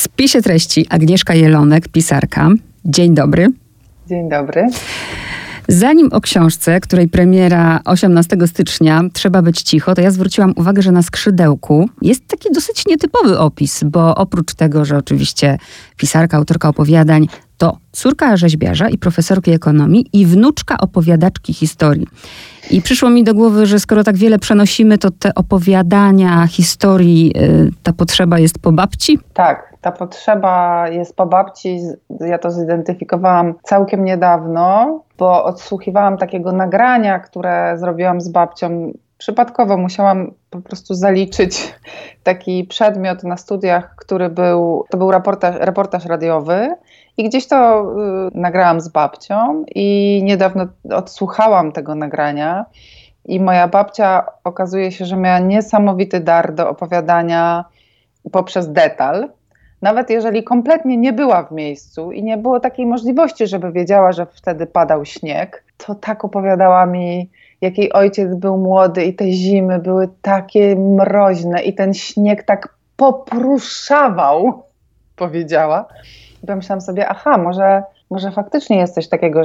spisie treści Agnieszka Jelonek, pisarka. Dzień dobry. Dzień dobry. Zanim o książce, której premiera 18 stycznia, Trzeba być cicho, to ja zwróciłam uwagę, że na skrzydełku jest taki dosyć nietypowy opis, bo oprócz tego, że oczywiście pisarka, autorka opowiadań, to córka rzeźbiarza i profesorki ekonomii i wnuczka opowiadaczki historii. I przyszło mi do głowy, że skoro tak wiele przenosimy, to te opowiadania historii, ta potrzeba jest po babci? Tak, ta potrzeba jest po babci. Ja to zidentyfikowałam całkiem niedawno, bo odsłuchiwałam takiego nagrania, które zrobiłam z babcią. Przypadkowo musiałam po prostu zaliczyć taki przedmiot na studiach, to był reportaż radiowy. I gdzieś to nagrałam z babcią i niedawno odsłuchałam tego nagrania i moja babcia okazuje się, że miała niesamowity dar do opowiadania poprzez detal. Nawet jeżeli kompletnie nie była w miejscu i nie było takiej możliwości, żeby wiedziała, że wtedy padał śnieg, to tak opowiadała mi, jak jej ojciec był młody i te zimy były takie mroźne i ten śnieg tak popruszawał, powiedziała. I pomyślałam sobie, może faktycznie jest coś takiego,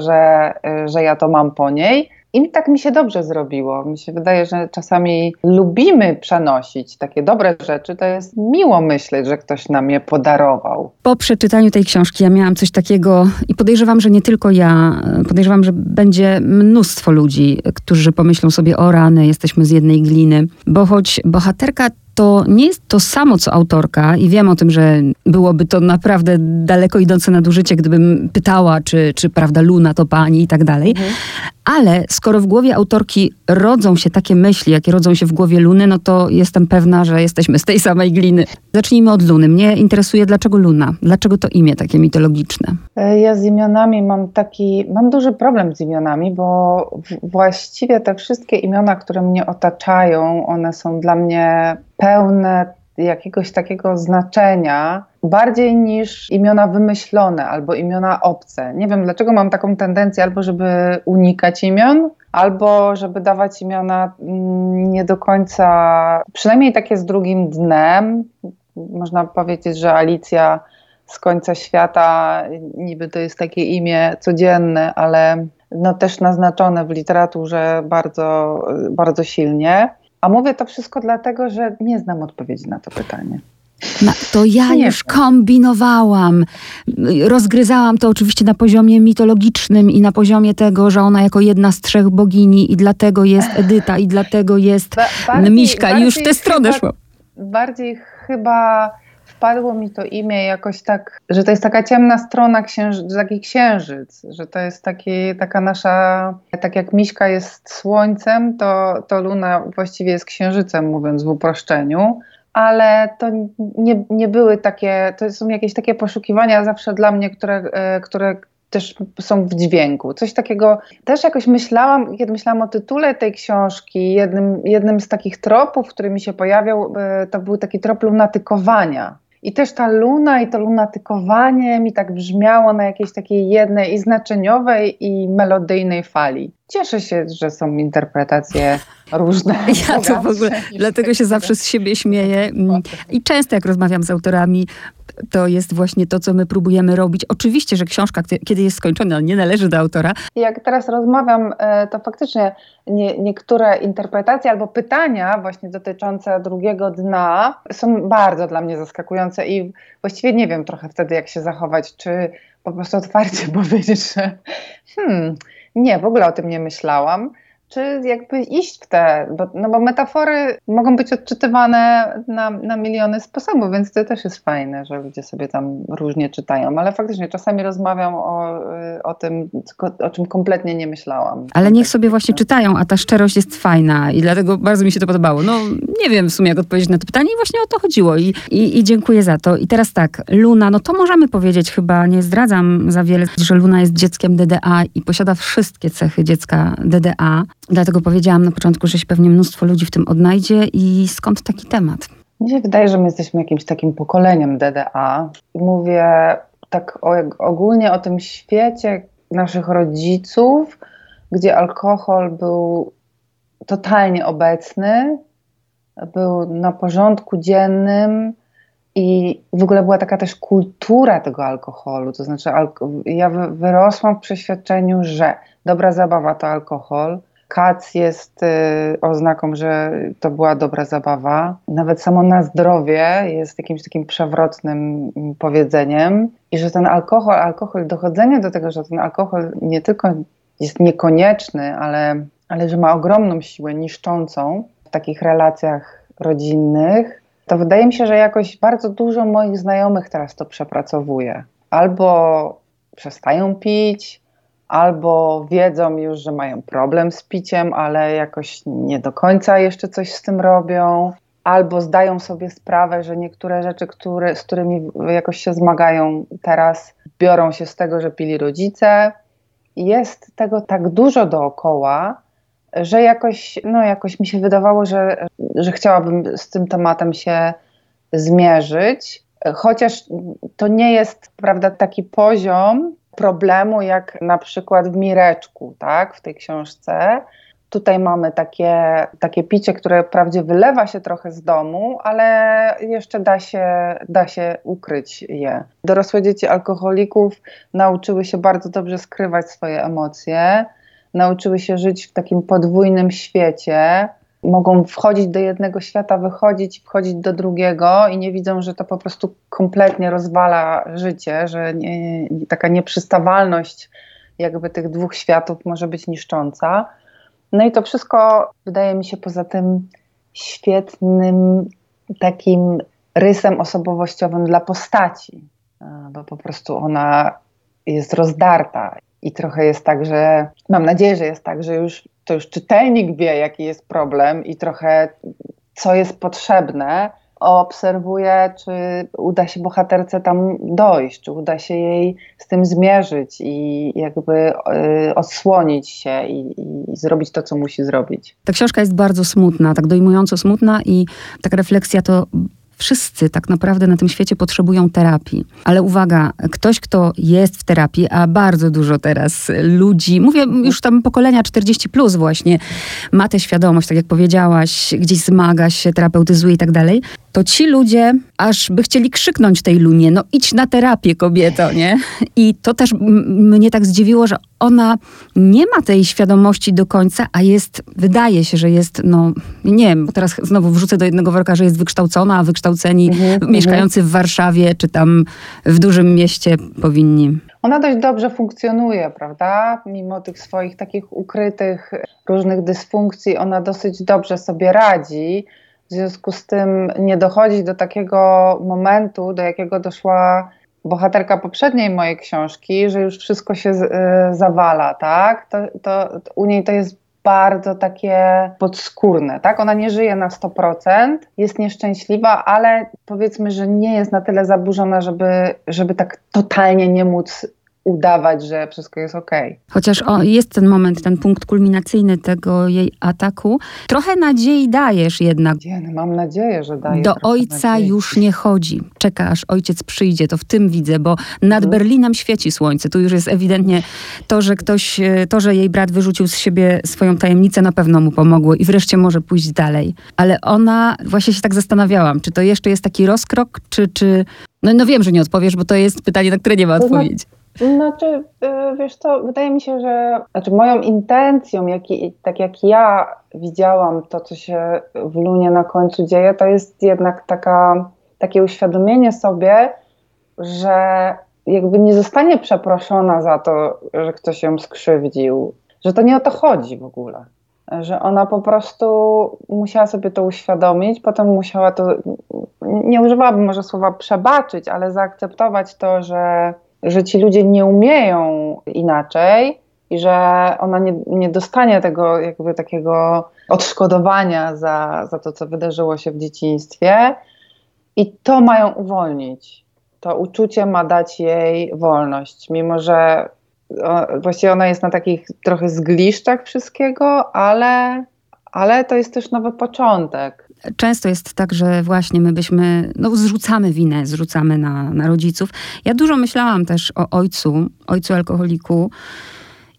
że ja to mam po niej. I tak mi się dobrze zrobiło. Mi się wydaje, że czasami lubimy przenosić takie dobre rzeczy. To jest miło myśleć, że ktoś nam je podarował. Po przeczytaniu tej książki ja miałam coś takiego i podejrzewam, że nie tylko ja. Podejrzewam, że będzie mnóstwo ludzi, którzy pomyślą sobie, o rany, jesteśmy z jednej gliny. Bo choć bohaterka to nie jest to samo, co autorka i wiem o tym, że byłoby to naprawdę daleko idące nadużycie, gdybym pytała, czy prawda Luna to pani i tak dalej. Ale skoro w głowie autorki rodzą się takie myśli, jakie rodzą się w głowie Luny, no to jestem pewna, że jesteśmy z tej samej gliny. Zacznijmy od Luny. Mnie interesuje, dlaczego Luna? Dlaczego to imię takie mitologiczne? Ja z imionami mam duży problem z imionami, bo właściwie te wszystkie imiona, które mnie otaczają, one są dla mnie pełne jakiegoś takiego znaczenia, bardziej niż imiona wymyślone albo imiona obce. Nie wiem, dlaczego mam taką tendencję albo żeby unikać imion, albo żeby dawać imiona nie do końca, przynajmniej takie z drugim dnem. Można powiedzieć, że Alicja z końca świata, niby to jest takie imię codzienne, ale no też naznaczone w literaturze bardzo, bardzo silnie. A mówię to wszystko dlatego, że nie znam odpowiedzi na to pytanie. No, to ja już kombinowałam. Rozgryzałam to oczywiście na poziomie mitologicznym i na poziomie tego, że ona jako jedna z 3 bogini i dlatego jest Edyta i dlatego jest Miśka i już w tę stronę szłam. Bardziej chyba wpadło mi to imię jakoś tak, że to jest taka ciemna strona, taki księżyc, że to jest taka nasza, tak jak Miśka jest słońcem, to Luna właściwie jest księżycem, mówiąc w uproszczeniu, ale to nie były takie, to są jakieś takie poszukiwania zawsze dla mnie, które też są w dźwięku. Coś takiego też jakoś myślałam, kiedy myślałam o tytule tej książki, jednym z takich tropów, który mi się pojawiał, to był taki trop lunatykowania. I też ta Luna i to lunatykowanie mi tak brzmiało na jakiejś takiej jednej i znaczeniowej i melodyjnej fali. Cieszę się, że są interpretacje różne. Ja to w ogóle, dlatego się zawsze z siebie śmieję. I często jak rozmawiam z autorami, to jest właśnie to, co my próbujemy robić. Oczywiście, że książka, kiedy jest skończona, nie należy do autora. Jak teraz rozmawiam, to faktycznie niektóre interpretacje albo pytania właśnie dotyczące drugiego dna są bardzo dla mnie zaskakujące i właściwie nie wiem trochę wtedy, jak się zachować, czy po prostu otwarcie powiedzieć, że nie, w ogóle o tym nie myślałam, czy jakby iść w te, bo metafory mogą być odczytywane na miliony sposobów, więc to też jest fajne, że ludzie sobie tam różnie czytają, ale faktycznie czasami rozmawiam o tym, o czym kompletnie nie myślałam. Ale niech sobie właśnie czytają, a ta szczerość jest fajna i dlatego bardzo mi się to podobało. No nie wiem w sumie, jak odpowiedzieć na to pytanie i właśnie o to chodziło i dziękuję za to. I teraz tak, Luna, no to możemy powiedzieć, chyba nie zdradzam za wiele, że Luna jest dzieckiem DDA i posiada wszystkie cechy dziecka DDA. Dlatego powiedziałam na początku, że się pewnie mnóstwo ludzi w tym odnajdzie i skąd taki temat? Mi się wydaje, że my jesteśmy jakimś takim pokoleniem DDA. Mówię tak ogólnie o tym świecie naszych rodziców, gdzie alkohol był totalnie obecny, był na porządku dziennym I w ogóle była taka też kultura tego alkoholu, to znaczy ja wyrosłam w przeświadczeniu, że dobra zabawa to alkohol, kac jest oznaką, że to była dobra zabawa. Nawet samo na zdrowie jest jakimś takim przewrotnym powiedzeniem i że ten alkohol, dochodzenie do tego, że ten alkohol nie tylko jest niekonieczny, ale że ma ogromną siłę niszczącą w takich relacjach rodzinnych, to wydaje mi się, że jakoś bardzo dużo moich znajomych teraz to przepracowuje. Albo przestają pić, albo wiedzą już, że mają problem z piciem, ale jakoś nie do końca jeszcze coś z tym robią, albo zdają sobie sprawę, że niektóre rzeczy, z którymi jakoś się zmagają teraz, biorą się z tego, że pili rodzice. Jest tego tak dużo dookoła, że jakoś mi się wydawało, że chciałabym z tym tematem się zmierzyć, chociaż to nie jest, prawda, taki poziom problemu jak na przykład w Mireczku, tak, w tej książce. Tutaj mamy takie picie, które wprawdzie wylewa się trochę z domu, ale jeszcze da się ukryć je. Dorosłe dzieci alkoholików nauczyły się bardzo dobrze skrywać swoje emocje, nauczyły się żyć w takim podwójnym świecie. Mogą wchodzić do jednego świata, wchodzić do drugiego i nie widzą, że to po prostu kompletnie rozwala życie, że taka nieprzystawalność jakby tych dwóch światów może być niszcząca. No i to wszystko wydaje mi się poza tym świetnym takim rysem osobowościowym dla postaci, bo po prostu ona jest rozdarta i trochę jest tak, że mam nadzieję, że jest tak, że już czytelnik wie, jaki jest problem i trochę co jest potrzebne, obserwuje, czy uda się bohaterce tam dojść, czy uda się jej z tym zmierzyć i jakby odsłonić się i zrobić to, co musi zrobić. Ta książka jest bardzo smutna, tak dojmująco smutna i taka refleksja to wszyscy tak naprawdę na tym świecie potrzebują terapii. Ale uwaga, ktoś, kto jest w terapii, a bardzo dużo teraz ludzi, mówię już tam pokolenia 40+ właśnie, ma tę świadomość, tak jak powiedziałaś, gdzieś zmaga się, terapeutyzuje i tak dalej, to ci ludzie aż by chcieli krzyknąć tej Lunie, no idź na terapię, kobieto, nie? I to też mnie tak zdziwiło, że ona nie ma tej świadomości do końca, a wydaje się, że jest, no nie wiem, bo teraz znowu wrzucę do jednego worka, że jest wykształcona, a wykształceni mieszkający w Warszawie, czy tam w dużym mieście powinni. Ona dość dobrze funkcjonuje, prawda? Mimo tych swoich takich ukrytych różnych dysfunkcji, ona dosyć dobrze sobie radzi. W związku z tym nie dochodzi do takiego momentu, do jakiego doszła bohaterka poprzedniej mojej książki, że już wszystko się zawala, tak? To u niej to jest bardzo takie podskórne, tak? Ona nie żyje na 100%, jest nieszczęśliwa, ale powiedzmy, że nie jest na tyle zaburzona, żeby tak totalnie nie móc udawać, że wszystko jest okej. Chociaż jest ten moment, ten punkt kulminacyjny tego jej ataku. Trochę nadziei dajesz jednak. Mam nadzieję, że daję. Do ojca nadziei. Już nie chodzi. Czeka, aż ojciec przyjdzie. To w tym widzę, bo nad Berlinem świeci słońce. Tu już jest ewidentnie to, że jej brat wyrzucił z siebie swoją tajemnicę, na pewno mu pomogło i wreszcie może pójść dalej. Ale ona, właśnie się tak zastanawiałam, czy to jeszcze jest taki rozkrok, czy... No wiem, że nie odpowiesz, bo to jest pytanie, na które nie ma odpowiedzi. Znaczy, wiesz co, wydaje mi się, że moją intencją, tak jak ja widziałam to, co się w Lunie na końcu dzieje, to jest jednak takie uświadomienie sobie, że jakby nie zostanie przeproszona za to, że ktoś ją skrzywdził, że to nie o to chodzi w ogóle. Że ona po prostu musiała sobie to uświadomić, potem musiała to, nie używałabym może słowa przebaczyć, ale zaakceptować to, że ci ludzie nie umieją inaczej i że ona nie dostanie tego jakby takiego odszkodowania za to, co wydarzyło się w dzieciństwie i to mają uwolnić. To uczucie ma dać jej wolność, mimo że właściwie ona jest na takich trochę zgliszczach wszystkiego, ale to jest też nowy początek. Często jest tak, że właśnie my zrzucamy winę, na rodziców. Ja dużo myślałam też o ojcu alkoholiku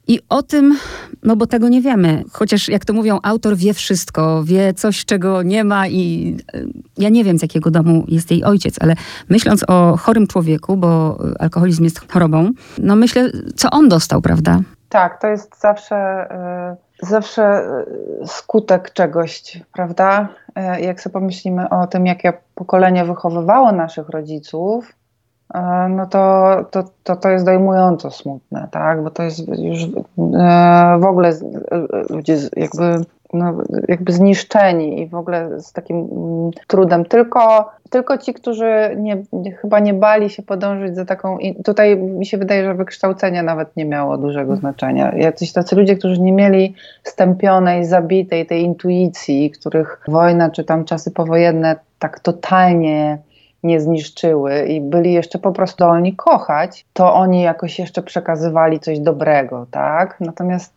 I o tym, no bo tego nie wiemy. Chociaż jak to mówią, autor wie wszystko, wie coś, czego nie ma i ja nie wiem, z jakiego domu jest jej ojciec, ale myśląc o chorym człowieku, bo alkoholizm jest chorobą, no myślę, co on dostał, prawda? Tak, to jest zawsze skutek czegoś, prawda? Jak sobie pomyślimy o tym, jakie pokolenie wychowywało naszych rodziców, no to jest dojmująco smutne, tak? Bo to jest już w ogóle ludzie jakby zniszczeni i w ogóle z takim trudem. Tylko ci, którzy chyba nie bali się podążyć za taką... Tutaj mi się wydaje, że wykształcenie nawet nie miało dużego znaczenia. Jacyś tacy ludzie, którzy nie mieli stępionej, zabitej tej intuicji, których wojna czy tam czasy powojenne tak totalnie nie zniszczyły i byli jeszcze po prostu zdolni kochać, to oni jakoś jeszcze przekazywali coś dobrego, tak? Natomiast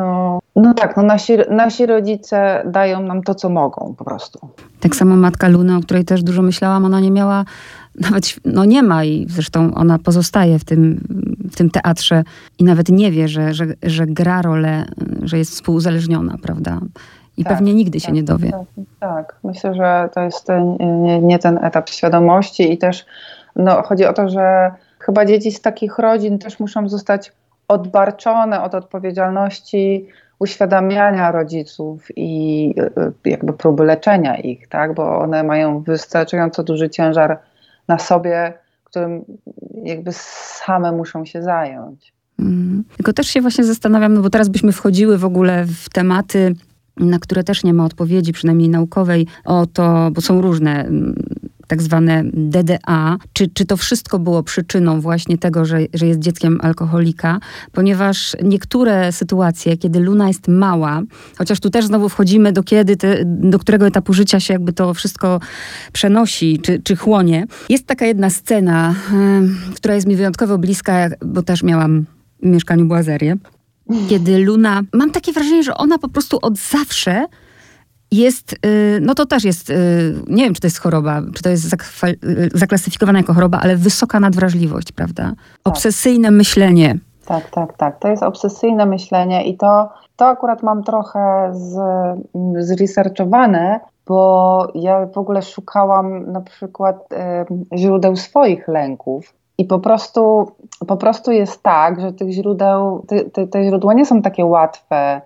nasi rodzice dają nam to, co mogą po prostu. Tak samo matka Luny, o której też dużo myślałam, ona nie miała, nawet, nie ma i zresztą ona pozostaje w tym teatrze i nawet nie wie, że gra rolę, że jest współuzależniona, prawda? I tak, pewnie nigdy się nie dowie. Tak, myślę, że to jest nie ten etap świadomości i też chodzi o to, że chyba dzieci z takich rodzin też muszą zostać odbarczone od odpowiedzialności uświadamiania rodziców i jakby próby leczenia ich, tak? Bo one mają wystarczająco duży ciężar na sobie, którym jakby same muszą się zająć. Tylko też się właśnie zastanawiam, bo teraz byśmy wchodziły w ogóle w tematy, na które też nie ma odpowiedzi, przynajmniej naukowej, o to, bo są różne tak zwane DDA. Czy to wszystko było przyczyną właśnie tego, że jest dzieckiem alkoholika? Ponieważ niektóre sytuacje, kiedy Luna jest mała, chociaż tu też znowu wchodzimy do którego etapu życia się jakby to wszystko przenosi, czy chłonie. Jest taka jedna scena, która jest mi wyjątkowo bliska, bo też miałam w mieszkaniu boazerię. Kiedy Luna, mam takie wrażenie, że ona po prostu od zawsze jest, to też jest, nie wiem, czy to jest choroba, czy to jest zaklasyfikowana jako choroba, ale wysoka nadwrażliwość, prawda? Tak. Obsesyjne myślenie. Tak. To jest obsesyjne myślenie i to akurat mam trochę zresearchowane, bo ja w ogóle szukałam na przykład źródeł swoich lęków. I po prostu jest tak, że tych źródeł, te źródła nie są takie łatwe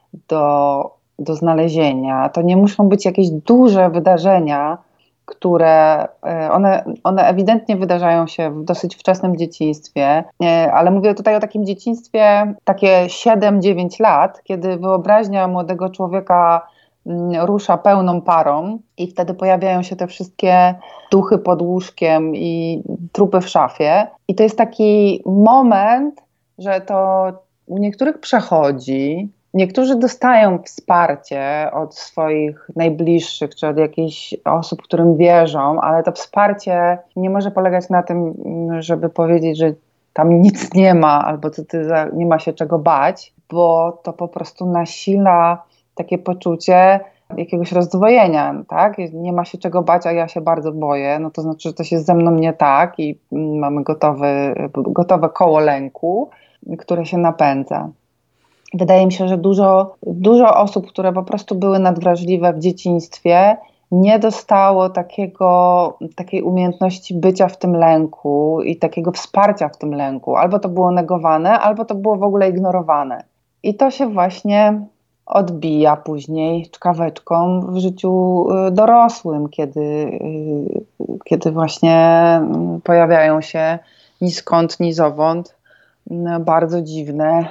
do znalezienia. To nie muszą być jakieś duże wydarzenia, które one ewidentnie wydarzają się w dosyć wczesnym dzieciństwie, ale mówię tutaj o takim dzieciństwie, takie 7-9 lat, kiedy wyobraźnia młodego człowieka rusza pełną parą i wtedy pojawiają się te wszystkie duchy pod łóżkiem i trupy w szafie. I to jest taki moment, że to u niektórych przechodzi, niektórzy dostają wsparcie od swoich najbliższych, czy od jakichś osób, którym wierzą, ale to wsparcie nie może polegać na tym, żeby powiedzieć, że tam nic nie ma, albo nie ma się czego bać, bo to po prostu nasila takie poczucie jakiegoś rozdwojenia, tak? Nie ma się czego bać, a ja się bardzo boję, no to znaczy, że coś jest ze mną nie tak i mamy gotowe koło lęku, które się napędza. Wydaje mi się, że dużo osób, które po prostu były nadwrażliwe w dzieciństwie, nie dostało takiej umiejętności bycia w tym lęku i takiego wsparcia w tym lęku. Albo to było negowane, albo to było w ogóle ignorowane. I to się właśnie odbija później czkaweczką w życiu dorosłym, kiedy właśnie pojawiają się ni skąd, ni zowąd bardzo dziwne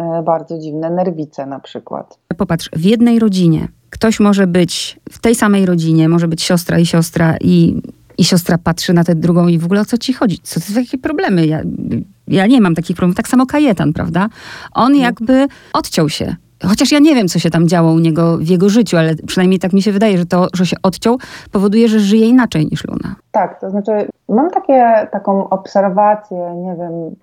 nerwice na przykład. Popatrz, w jednej rodzinie ktoś może być, w tej samej rodzinie może być siostra i siostra patrzy na tę drugą i w ogóle o co ci chodzi? Co to są jakieś problemy? Ja nie mam takich problemów. Tak samo Kajetan, prawda? On jakby odciął się. Chociaż ja nie wiem, co się tam działo u niego w jego życiu, ale przynajmniej tak mi się wydaje, że to, że się odciął, powoduje, że żyje inaczej niż Luna. Tak, to znaczy mam taką obserwację, nie wiem,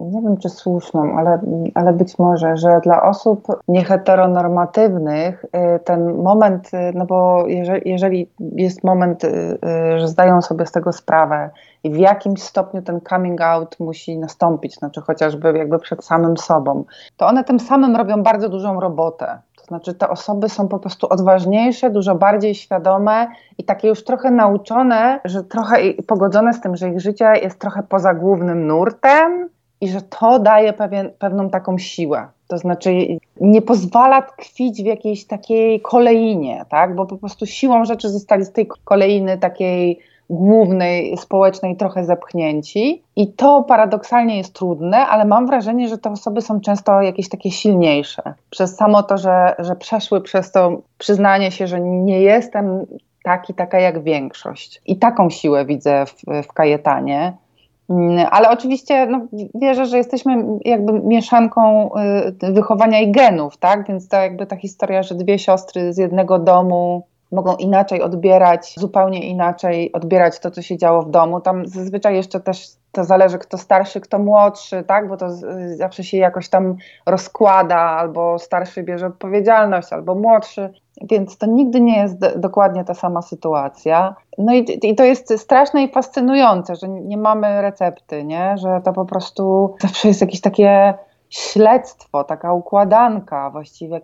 nie wiem czy słuszną, ale być może, że dla osób nieheteronormatywnych ten moment, no bo jeżeli jest moment, że zdają sobie z tego sprawę i w jakimś stopniu ten coming out musi nastąpić, znaczy chociażby jakby przed samym sobą, to one tym samym robią bardzo dużą robotę. To znaczy te osoby są po prostu odważniejsze, dużo bardziej świadome i takie już trochę nauczone, że trochę pogodzone z tym, że ich życie jest trochę poza głównym nurtem i że to daje pewną taką siłę. To znaczy nie pozwala tkwić w jakiejś takiej koleinie, tak? Bo po prostu siłą rzeczy zostali z tej kolejny takiej głównej, społecznej trochę zepchnięci i to paradoksalnie jest trudne, ale mam wrażenie, że te osoby są często jakieś takie silniejsze. Przez samo to, że przeszły przez to przyznanie się, że nie jestem taka jak większość. I taką siłę widzę w Kajetanie. Ale oczywiście wierzę, że jesteśmy jakby mieszanką wychowania i genów, tak? Więc to jakby ta historia, że dwie siostry z jednego domu mogą inaczej odbierać, zupełnie inaczej odbierać to, co się działo w domu. Tam zazwyczaj jeszcze też to zależy, kto starszy, kto młodszy, tak? Bo to zawsze się jakoś tam rozkłada, albo starszy bierze odpowiedzialność, albo młodszy. Więc to nigdy nie jest dokładnie ta sama sytuacja. No i to jest straszne i fascynujące, że nie mamy recepty, nie? Że to po prostu zawsze jest jakieś takie śledztwo, taka układanka właściwie,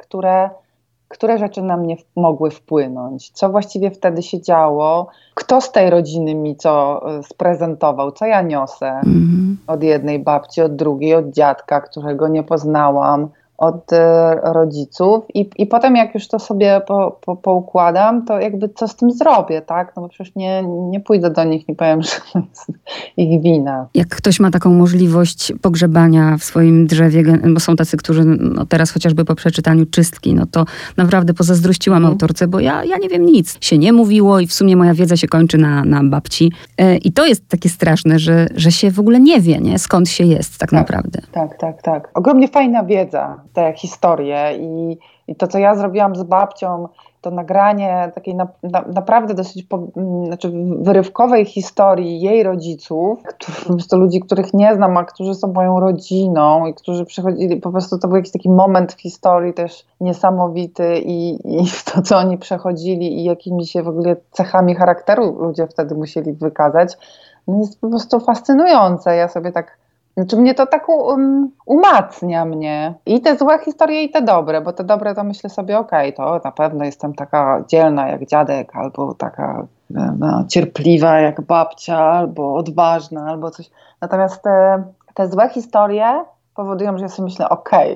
które rzeczy na mnie mogły wpłynąć, co właściwie wtedy się działo, kto z tej rodziny mi co sprezentował, co ja niosę od jednej babci, od drugiej, od dziadka, którego nie poznałam, od rodziców i potem jak już to sobie poukładam, to jakby co z tym zrobię, tak? No bo przecież nie pójdę do nich, nie powiem, że to jest ich wina. Jak ktoś ma taką możliwość pogrzebania w swoim drzewie, bo są tacy, którzy teraz chociażby po przeczytaniu Czystki, no to naprawdę pozazdrościłam autorce, bo ja nie wiem nic. Się nie mówiło i w sumie moja wiedza się kończy na babci. I to jest takie straszne, że się w ogóle nie wie, nie? Skąd się jest tak naprawdę. Tak. Ogromnie fajna wiedza, te historie i to, co ja zrobiłam z babcią, to nagranie takiej naprawdę dosyć wyrywkowej historii jej rodziców, to ludzi, których nie znam, a którzy są moją rodziną i którzy przychodzili, po prostu to był jakiś taki moment w historii też niesamowity i to, co oni przechodzili i jakimi się w ogóle cechami charakteru ludzie wtedy musieli wykazać, no jest po prostu fascynujące. Ja sobie tak mnie to tak umacnia mnie. I te złe historie, i te dobre, bo te dobre to myślę sobie, okej, to na pewno jestem taka dzielna jak dziadek, albo taka cierpliwa jak babcia, albo odważna, albo coś. Natomiast te złe historie powodują, że ja sobie myślę,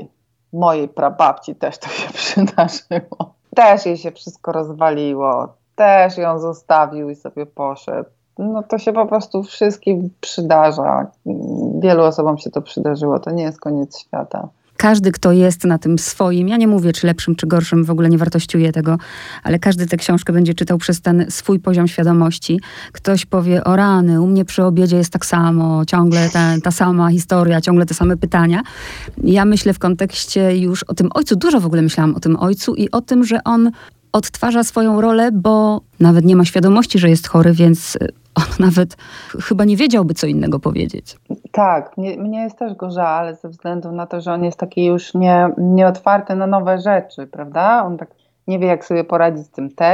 mojej prababci też to się przydarzyło. Też jej się wszystko rozwaliło, też ją zostawił i sobie poszedł. No to się po prostu wszystkim przydarza. Wielu osobom się to przydarzyło. To nie jest koniec świata. Każdy, kto jest na tym swoim, ja nie mówię, czy lepszym, czy gorszym, w ogóle nie wartościuję tego, ale każdy tę książkę będzie czytał przez ten swój poziom świadomości. Ktoś powie, o rany, u mnie przy obiedzie jest tak samo, ciągle ta sama historia, ciągle te same pytania. Ja myślę w kontekście już o tym ojcu, dużo w ogóle myślałam o tym ojcu i o tym, że on odtwarza swoją rolę, bo nawet nie ma świadomości, że jest chory, więc on nawet chyba nie wiedziałby, co innego powiedzieć. Tak, mnie jest też go żal, ze względu na to, że on jest taki już nieotwarty na nowe rzeczy, prawda? On tak nie wie, jak sobie poradzić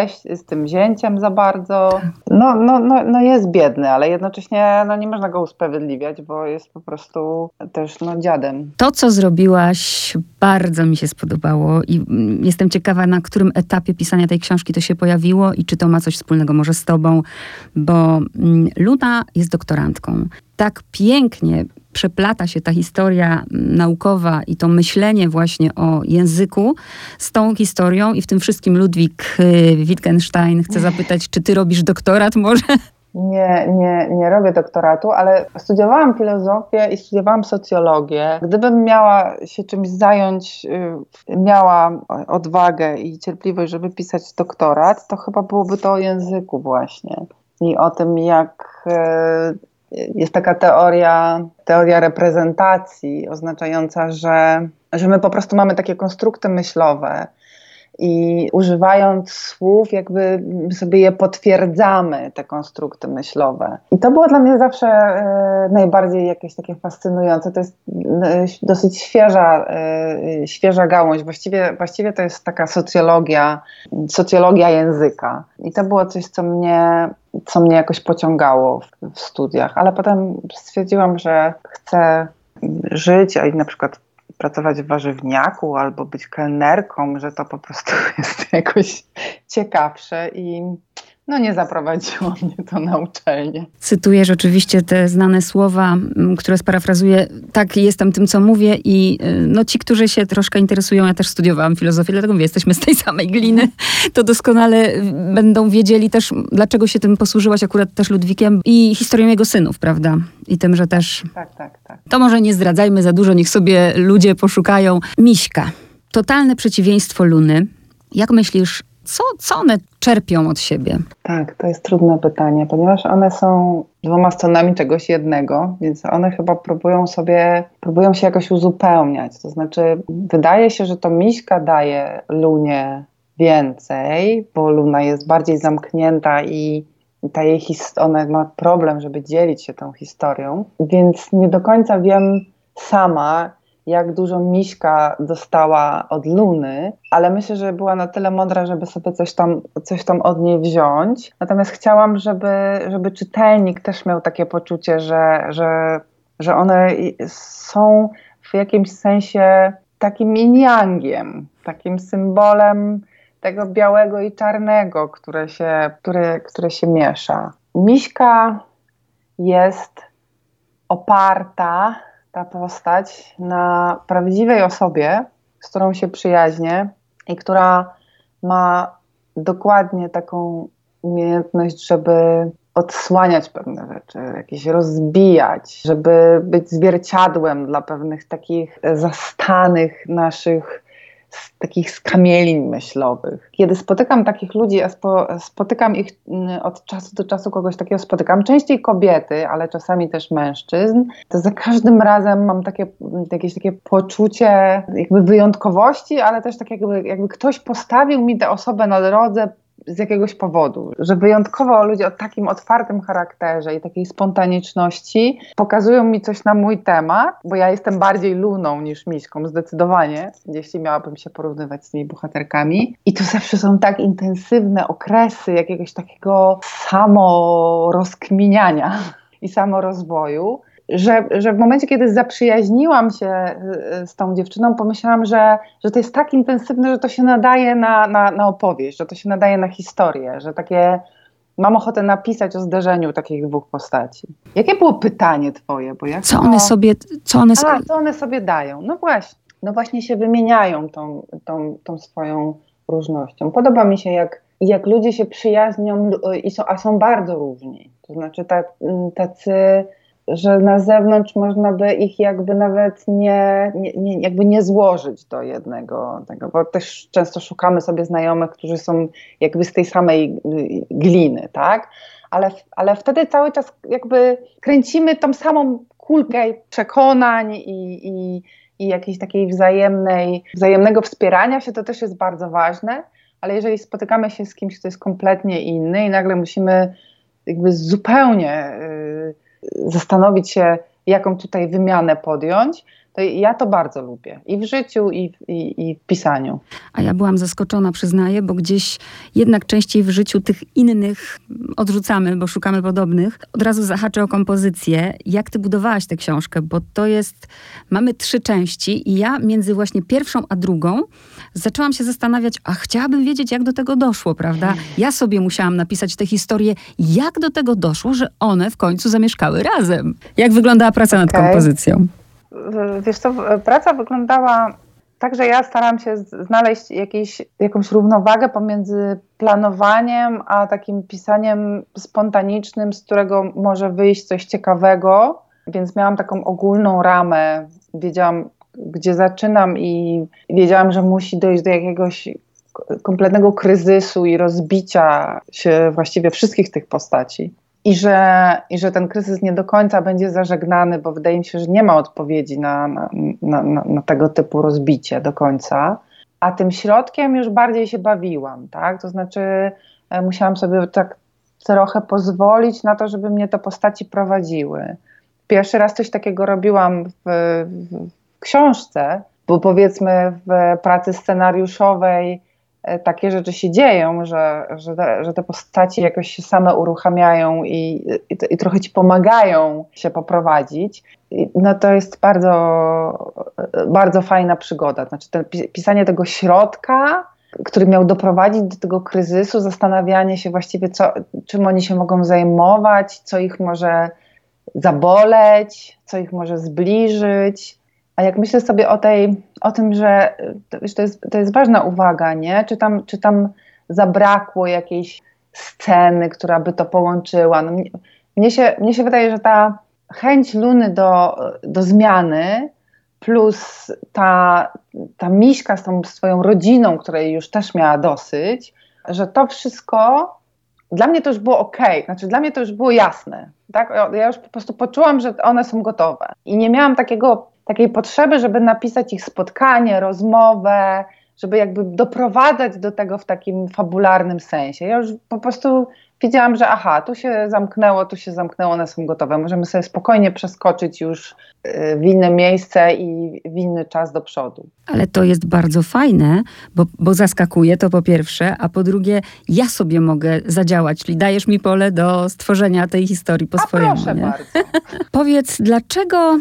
z tym zięciem za bardzo. No jest biedny, ale jednocześnie nie można go usprawiedliwiać, bo jest po prostu też dziadem. To, co zrobiłaś, bardzo mi się spodobało i jestem ciekawa, na którym etapie pisania tej książki to się pojawiło i czy to ma coś wspólnego może z tobą, bo Luna jest doktorantką. Tak pięknie przeplata się ta historia naukowa i to myślenie właśnie o języku z tą historią i w tym wszystkim Ludwik Wittgenstein chce zapytać, czy ty robisz doktorat może? Nie robię doktoratu, ale studiowałam filozofię i studiowałam socjologię. Gdybym miała się czymś zająć, miała odwagę i cierpliwość, żeby pisać doktorat, to chyba byłoby to o języku właśnie i o tym, jak jest taka teoria reprezentacji oznaczająca, że my po prostu mamy takie konstrukty myślowe i używając słów jakby sobie je potwierdzamy, te konstrukty myślowe. I to było dla mnie zawsze najbardziej jakieś takie fascynujące. To jest dosyć świeża gałąź. Właściwie to jest taka socjologia języka. I to było coś, co mnie jakoś pociągało w studiach. Ale potem stwierdziłam, że chcę żyć, a i na przykład pracować w warzywniaku albo być kelnerką, że to po prostu jest jakoś ciekawsze i nie zaprowadziło mnie to na uczelnię. Cytujesz oczywiście te znane słowa, które sparafrazuję. Tak, jestem tym, co mówię i ci, którzy się troszkę interesują, ja też studiowałam filozofię, dlatego mówię, jesteśmy z tej samej gliny, to doskonale będą wiedzieli też, dlaczego się tym posłużyłaś akurat też Ludwikiem i historią jego synów, prawda? I tym, że też... Tak. To może nie zdradzajmy za dużo, niech sobie ludzie poszukają. Miśka, totalne przeciwieństwo Luny. Jak myślisz, co one czerpią od siebie? Tak, to jest trudne pytanie, ponieważ one są dwoma stronami czegoś jednego, więc one chyba próbują się jakoś uzupełniać. To znaczy, wydaje się, że to Miśka daje Lunie więcej, bo Luna jest bardziej zamknięta i ona ma problem, żeby dzielić się tą historią, więc nie do końca wiem sama, jak dużo Miśka dostała od Luny, ale myślę, że była na tyle mądra, żeby sobie coś tam od niej wziąć. Natomiast chciałam, żeby czytelnik też miał takie poczucie, że one są w jakimś sensie takim yin-yangiem, takim symbolem tego białego i czarnego, które się miesza. Miśka jest oparta, ta postać, na prawdziwej osobie, z którą się przyjaźnię i która ma dokładnie taką umiejętność, żeby odsłaniać pewne rzeczy, jakieś rozbijać, żeby być zwierciadłem dla pewnych takich zastanych naszych takich skamielin myślowych. Kiedy spotykam takich ludzi, a spotykam ich od czasu do czasu, kogoś takiego spotykam, częściej kobiety, ale czasami też mężczyzn, to za każdym razem mam jakieś takie poczucie jakby wyjątkowości, ale też tak jakby ktoś postawił mi tę osobę na drodze z jakiegoś powodu, że wyjątkowo ludzie o takim otwartym charakterze i takiej spontaniczności pokazują mi coś na mój temat, bo ja jestem bardziej Luną niż Miśką, zdecydowanie, jeśli miałabym się porównywać z tymi bohaterkami. I to zawsze są tak intensywne okresy jakiegoś takiego samorozkminiania i samorozwoju, że w momencie, kiedy zaprzyjaźniłam się z tą dziewczyną, pomyślałam, że to jest tak intensywne, że to się nadaje na opowieść, że to się nadaje na historię, że mam ochotę napisać o zderzeniu takich dwóch postaci. Jakie było pytanie twoje? Bo co one sobie dają? No właśnie się wymieniają tą swoją różnością. Podoba mi się, jak ludzie się przyjaźnią a są bardzo różni. To znaczy tacy, że na zewnątrz można by ich jakby nawet nie złożyć do jednego tego, bo też często szukamy sobie znajomych, którzy są jakby z tej samej gliny, tak? Ale wtedy cały czas jakby kręcimy tą samą kulkę przekonań i jakiejś takiej wzajemnego wspierania się, to też jest bardzo ważne, ale jeżeli spotykamy się z kimś, kto jest kompletnie inny i nagle musimy jakby zupełnie zastanowić się, jaką tutaj wymianę podjąć, to ja to bardzo lubię. I w życiu, i w pisaniu. A ja byłam zaskoczona, przyznaję, bo gdzieś jednak częściej w życiu tych innych odrzucamy, bo szukamy podobnych. Od razu zahaczę o kompozycję. Jak ty budowałaś tę książkę? Bo mamy 3 części i ja między właśnie pierwszą a drugą zaczęłam się zastanawiać, chciałabym wiedzieć, jak do tego doszło, prawda? Ja sobie musiałam napisać tę historię, jak do tego doszło, że one w końcu zamieszkały razem. Jak wyglądała praca nad kompozycją? Wiesz co, praca wyglądała tak, że ja staram się znaleźć jakąś równowagę pomiędzy planowaniem, a takim pisaniem spontanicznym, z którego może wyjść coś ciekawego, więc miałam taką ogólną ramę, wiedziałam, gdzie zaczynam i wiedziałam, że musi dojść do jakiegoś kompletnego kryzysu i rozbicia się właściwie wszystkich tych postaci. I że ten kryzys nie do końca będzie zażegnany, bo wydaje mi się, że nie ma odpowiedzi na tego typu rozbicie do końca. a tym środkiem już bardziej się bawiłam, tak? To znaczy musiałam sobie tak trochę pozwolić na to, żeby mnie te postaci prowadziły. Pierwszy raz coś takiego robiłam w książce, bo powiedzmy w pracy scenariuszowej takie rzeczy się dzieją, że te postaci jakoś się same uruchamiają i trochę ci pomagają się poprowadzić. No to jest bardzo, bardzo fajna przygoda. Znaczy pisanie tego środka, który miał doprowadzić do tego kryzysu, zastanawianie się właściwie, czym oni się mogą zajmować, co ich może zaboleć, co ich może zbliżyć. A jak myślę sobie o tym, że to jest ważna uwaga, nie? Czy tam zabrakło jakiejś sceny, która by to połączyła. No, mnie się wydaje, że ta chęć Luny do zmiany plus ta Miśka z tą swoją rodziną, której już też miała dosyć, że to wszystko dla mnie to już było okej. Znaczy dla mnie to już było jasne. Tak? Ja już po prostu poczułam, że one są gotowe. I nie miałam takiej potrzeby, żeby napisać ich spotkanie, rozmowę, żeby jakby doprowadzać do tego w takim fabularnym sensie. Ja już po prostu wiedziałam, że tu się zamknęło, one są gotowe. Możemy sobie spokojnie przeskoczyć już w inne miejsce i w inny czas do przodu. Ale to jest bardzo fajne, bo zaskakuje to po pierwsze, a po drugie ja sobie mogę zadziałać, czyli dajesz mi pole do stworzenia tej historii po swojemu. Proszę bardzo. Powiedz, dlaczego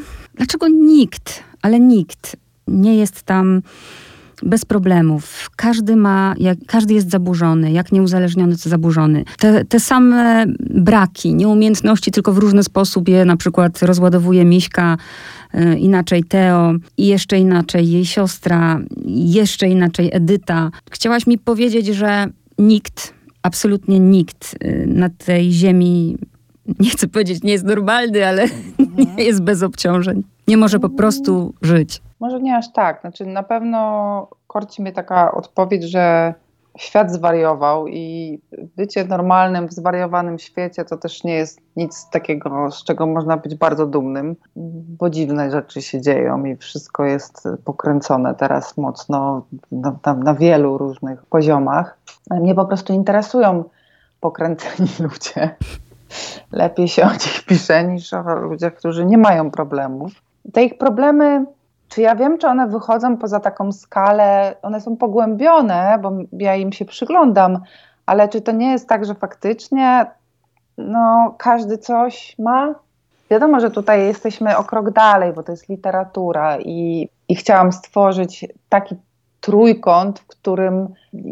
nikt nie jest tam bez problemów. Każdy jest zaburzony, jak nieuzależniony, to zaburzony. Te same braki, nieumiejętności, tylko w różny sposób je na przykład rozładowuje Miśka, inaczej Teo i jeszcze inaczej jej siostra, jeszcze inaczej Edyta. Chciałaś mi powiedzieć, że absolutnie nikt na tej ziemi, nie chcę powiedzieć, nie jest normalny, ale nie jest bez obciążeń. Nie może po prostu żyć. Może nie aż tak. Znaczy na pewno korci mnie taka odpowiedź, że świat zwariował i bycie normalnym w zwariowanym świecie to też nie jest nic takiego, z czego można być bardzo dumnym, bo dziwne rzeczy się dzieją i wszystko jest pokręcone teraz mocno na wielu różnych poziomach. Ale mnie po prostu interesują pokręceni ludzie. Lepiej się o nich pisze niż o ludziach, którzy nie mają problemów. Te ich problemy, czy ja wiem, czy one wychodzą poza taką skalę, one są pogłębione, bo ja im się przyglądam, ale czy to nie jest tak, że faktycznie każdy coś ma? Wiadomo, że tutaj jesteśmy o krok dalej, bo to jest literatura i chciałam stworzyć taki trójkąt, w którym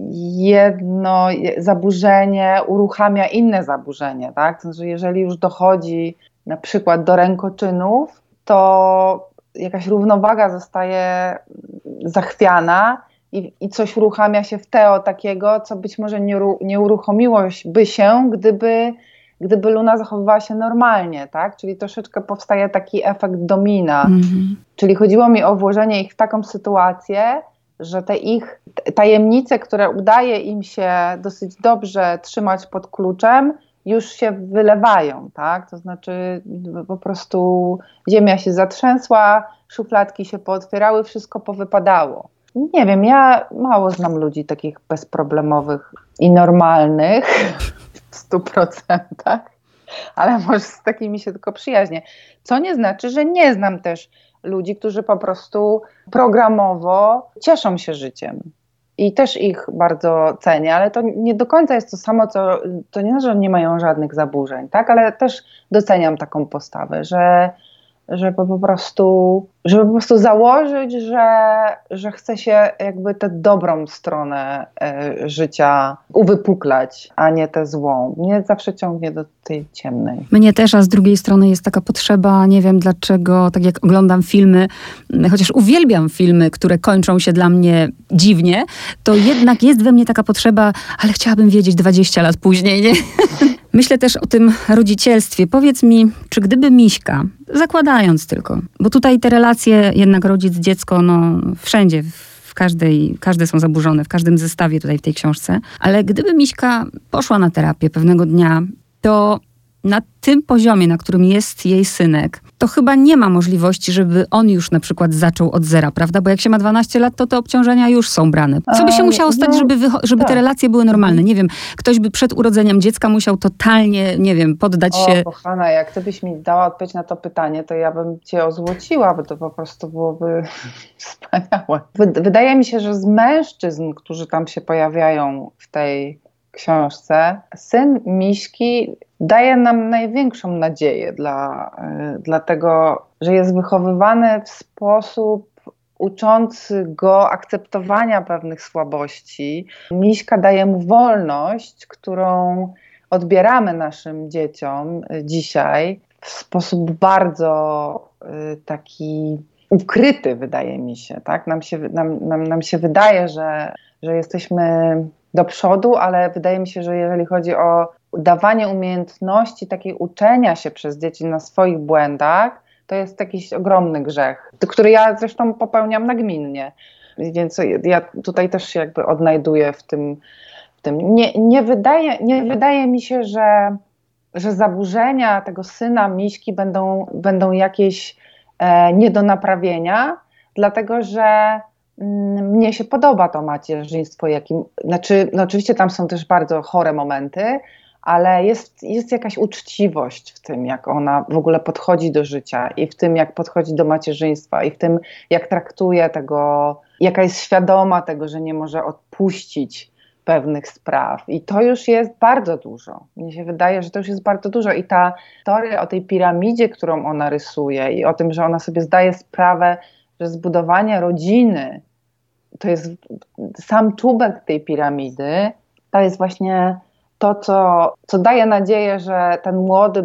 jedno zaburzenie uruchamia inne zaburzenie, tak? To znaczy, jeżeli już dochodzi na przykład do rękoczynów, to jakaś równowaga zostaje zachwiana i coś uruchamia się w Teo takiego, co być może nie uruchomiłoby się, gdyby Luna zachowywała się normalnie, tak? Czyli troszeczkę powstaje taki efekt domina. Czyli chodziło mi o włożenie ich w taką sytuację, że te ich tajemnice, które udaje im się dosyć dobrze trzymać pod kluczem, już się wylewają, tak? To znaczy po prostu ziemia się zatrzęsła, szufladki się pootwierały, wszystko powypadało. Nie wiem, ja mało znam ludzi takich bezproblemowych i normalnych w 100%, ale może z takimi się tylko przyjaźnię. Co nie znaczy, że nie znam też ludzi, którzy po prostu programowo cieszą się życiem. I też ich bardzo cenię, ale to nie do końca jest to samo, to nie, że nie mają żadnych zaburzeń, tak? Ale też doceniam taką postawę, żeby po prostu założyć, że chce się jakby tę dobrą stronę życia uwypuklać, a nie tę złą. Mnie zawsze ciągnie do tej ciemnej. Mnie też, a z drugiej strony jest taka potrzeba, nie wiem dlaczego, tak jak oglądam filmy, chociaż uwielbiam filmy, które kończą się dla mnie dziwnie, to jednak jest we mnie taka potrzeba, ale chciałabym wiedzieć 20 lat później, nie? Myślę też o tym rodzicielstwie. Powiedz mi, czy gdyby Miśka, zakładając tylko, bo tutaj te relacje jednak rodzic-dziecko, wszędzie, każde są zaburzone, w każdym zestawie tutaj w tej książce, ale gdyby Miśka poszła na terapię pewnego dnia, to na tym poziomie, na którym jest jej synek, to chyba nie ma możliwości, żeby on już na przykład zaczął od zera, prawda? Bo jak się ma 12 lat, to te obciążenia już są brane. Co by się musiało stać, żeby te relacje były normalne? Nie wiem, ktoś by przed urodzeniem dziecka musiał totalnie, nie wiem, poddać się... Kochana, jak ty byś mi dała odpowiedź na to pytanie, to ja bym cię ozłociła, bo to po prostu byłoby wspaniałe. Wydaje mi się, że z mężczyzn, którzy tam się pojawiają w tej książce, syn Miśki daje nam największą nadzieję, dlatego że jest wychowywany w sposób uczący go akceptowania pewnych słabości. Miśka daje mu wolność, którą odbieramy naszym dzieciom dzisiaj w sposób bardzo taki ukryty, wydaje mi się. Tak? Nam się wydaje, że jesteśmy do przodu, ale wydaje mi się, że jeżeli chodzi o dawanie umiejętności takiej uczenia się przez dzieci na swoich błędach, to jest jakiś ogromny grzech, który ja zresztą popełniam nagminnie. Więc ja tutaj też się jakby odnajduję w tym. Nie wydaje mi się, że zaburzenia tego syna Miśki będą jakieś nie do naprawienia, dlatego że mnie się podoba to macierzyństwo, oczywiście tam są też bardzo chore momenty, ale jest jakaś uczciwość w tym, jak ona w ogóle podchodzi do życia i w tym, jak podchodzi do macierzyństwa i w tym, jak traktuje tego, jaka jest świadoma tego, że nie może odpuścić pewnych spraw. I to już jest bardzo dużo. Mnie się wydaje, że to już jest bardzo dużo. I ta historia o tej piramidzie, którą ona rysuje i o tym, że ona sobie zdaje sprawę, że zbudowanie rodziny to jest sam czubek tej piramidy, to jest właśnie to, co daje nadzieję, że ten młody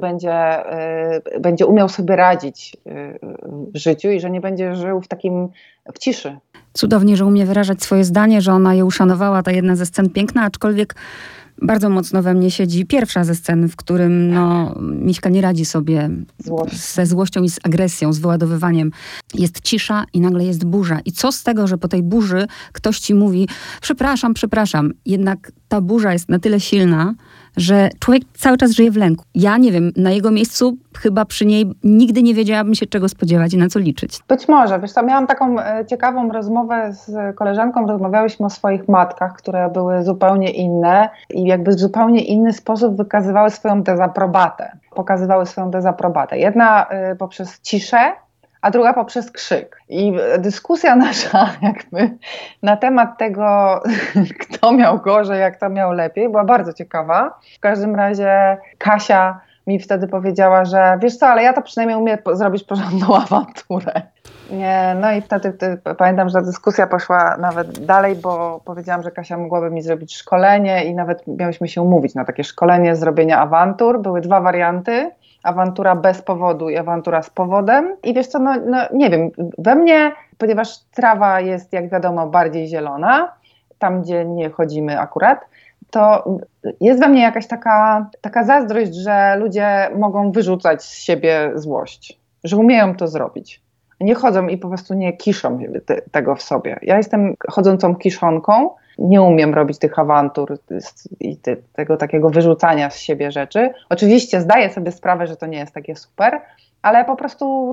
będzie umiał sobie radzić w życiu i że nie będzie żył w ciszy. Cudownie, że umie wyrażać swoje zdanie, że ona je uszanowała, ta jedna ze scen piękna, aczkolwiek bardzo mocno we mnie siedzi pierwsza ze scen, w którym Miśka nie radzi sobie ze złością i z agresją, z wyładowywaniem. Jest cisza i nagle jest burza. I co z tego, że po tej burzy ktoś ci mówi przepraszam. Jednak ta burza jest na tyle silna, że człowiek cały czas żyje w lęku. Ja nie wiem, na jego miejscu chyba przy niej nigdy nie wiedziałabym się czego spodziewać i na co liczyć. Być może. Wiesz co, miałam taką ciekawą rozmowę z koleżanką, rozmawiałyśmy o swoich matkach, które były zupełnie inne i jakby w zupełnie inny sposób wykazywały swoją dezaprobatę. Pokazywały swoją dezaprobatę. Jedna poprzez ciszę, a druga poprzez krzyk. I dyskusja nasza jakby na temat tego, kto miał gorzej, jak kto miał lepiej, była bardzo ciekawa. W każdym razie Kasia mi wtedy powiedziała, że wiesz co, ale ja to przynajmniej umiem zrobić porządną awanturę. Nie, no i wtedy pamiętam, że ta dyskusja poszła nawet dalej, bo powiedziałam, że Kasia mogłaby mi zrobić szkolenie i nawet miałyśmy się umówić na takie szkolenie zrobienia awantur. Były 2 warianty. Awantura bez powodu i awantura z powodem. I wiesz co, nie wiem, we mnie, ponieważ trawa jest, jak wiadomo, bardziej zielona, tam gdzie nie chodzimy akurat, to jest we mnie jakaś taka zazdrość, że ludzie mogą wyrzucać z siebie złość, że umieją to zrobić. Nie chodzą i po prostu nie kiszą tego w sobie. Ja jestem chodzącą kiszonką, nie umiem robić tych awantur i tego takiego wyrzucania z siebie rzeczy. Oczywiście zdaję sobie sprawę, że to nie jest takie super, ale po prostu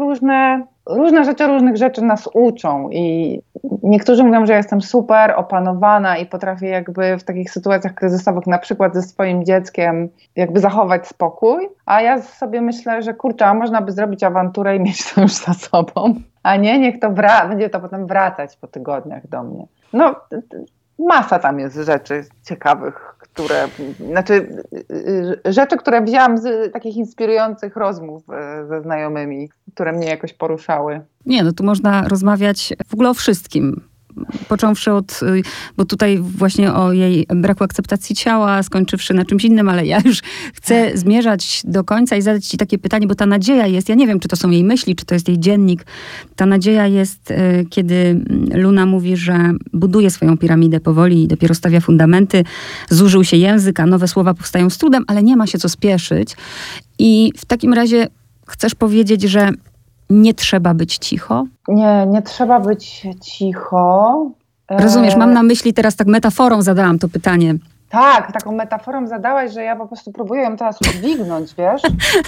różnych rzeczy nas uczą i niektórzy mówią, że ja jestem super opanowana i potrafię jakby w takich sytuacjach kryzysowych, na przykład ze swoim dzieckiem, jakby zachować spokój, a ja sobie myślę, że kurczę, a można by zrobić awanturę i mieć to już za sobą, a nie, niech to będzie to potem wracać po tygodniach do mnie. No, masa tam jest rzeczy ciekawych, rzeczy, które wzięłam z takich inspirujących rozmów ze znajomymi, które mnie jakoś poruszały. Nie, no tu można rozmawiać w ogóle o wszystkim. Począwszy bo tutaj właśnie o jej braku akceptacji ciała, skończywszy na czymś innym, ale ja już chcę zmierzać do końca i zadać ci takie pytanie, bo ta nadzieja jest, ja nie wiem, czy to są jej myśli, czy to jest jej dziennik. Ta nadzieja jest, kiedy Luna mówi, że buduje swoją piramidę powoli i dopiero stawia fundamenty, zużył się język, a nowe słowa powstają z trudem, ale nie ma się co spieszyć. I w takim razie chcesz powiedzieć, że nie trzeba być cicho? Nie trzeba być cicho. Rozumiesz, mam na myśli teraz tak metaforą zadałam to pytanie. Tak, taką metaforą zadałaś, że ja po prostu próbuję ją teraz udźwignąć, wiesz?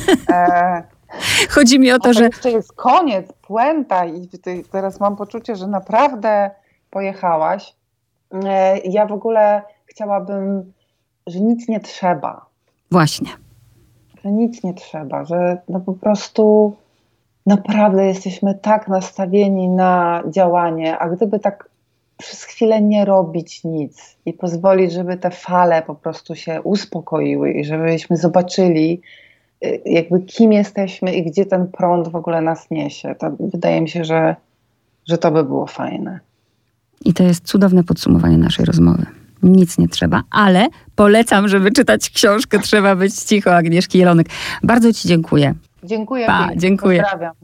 Chodzi mi o to, że... jeszcze jest koniec, puenta i teraz mam poczucie, że naprawdę pojechałaś. Ja w ogóle chciałabym, że nic nie trzeba. Właśnie. Że nic nie trzeba, że no po prostu naprawdę jesteśmy tak nastawieni na działanie, a gdyby tak przez chwilę nie robić nic i pozwolić, żeby te fale po prostu się uspokoiły i żebyśmy zobaczyli jakby kim jesteśmy i gdzie ten prąd w ogóle nas niesie. To wydaje mi się, że to by było fajne. I to jest cudowne podsumowanie naszej rozmowy. Nic nie trzeba, ale polecam, żeby czytać książkę Trzeba być cicho Agnieszki Jelonek. Bardzo ci dziękuję. Dziękuję. Pa, dziękuję. Pozdrawiam.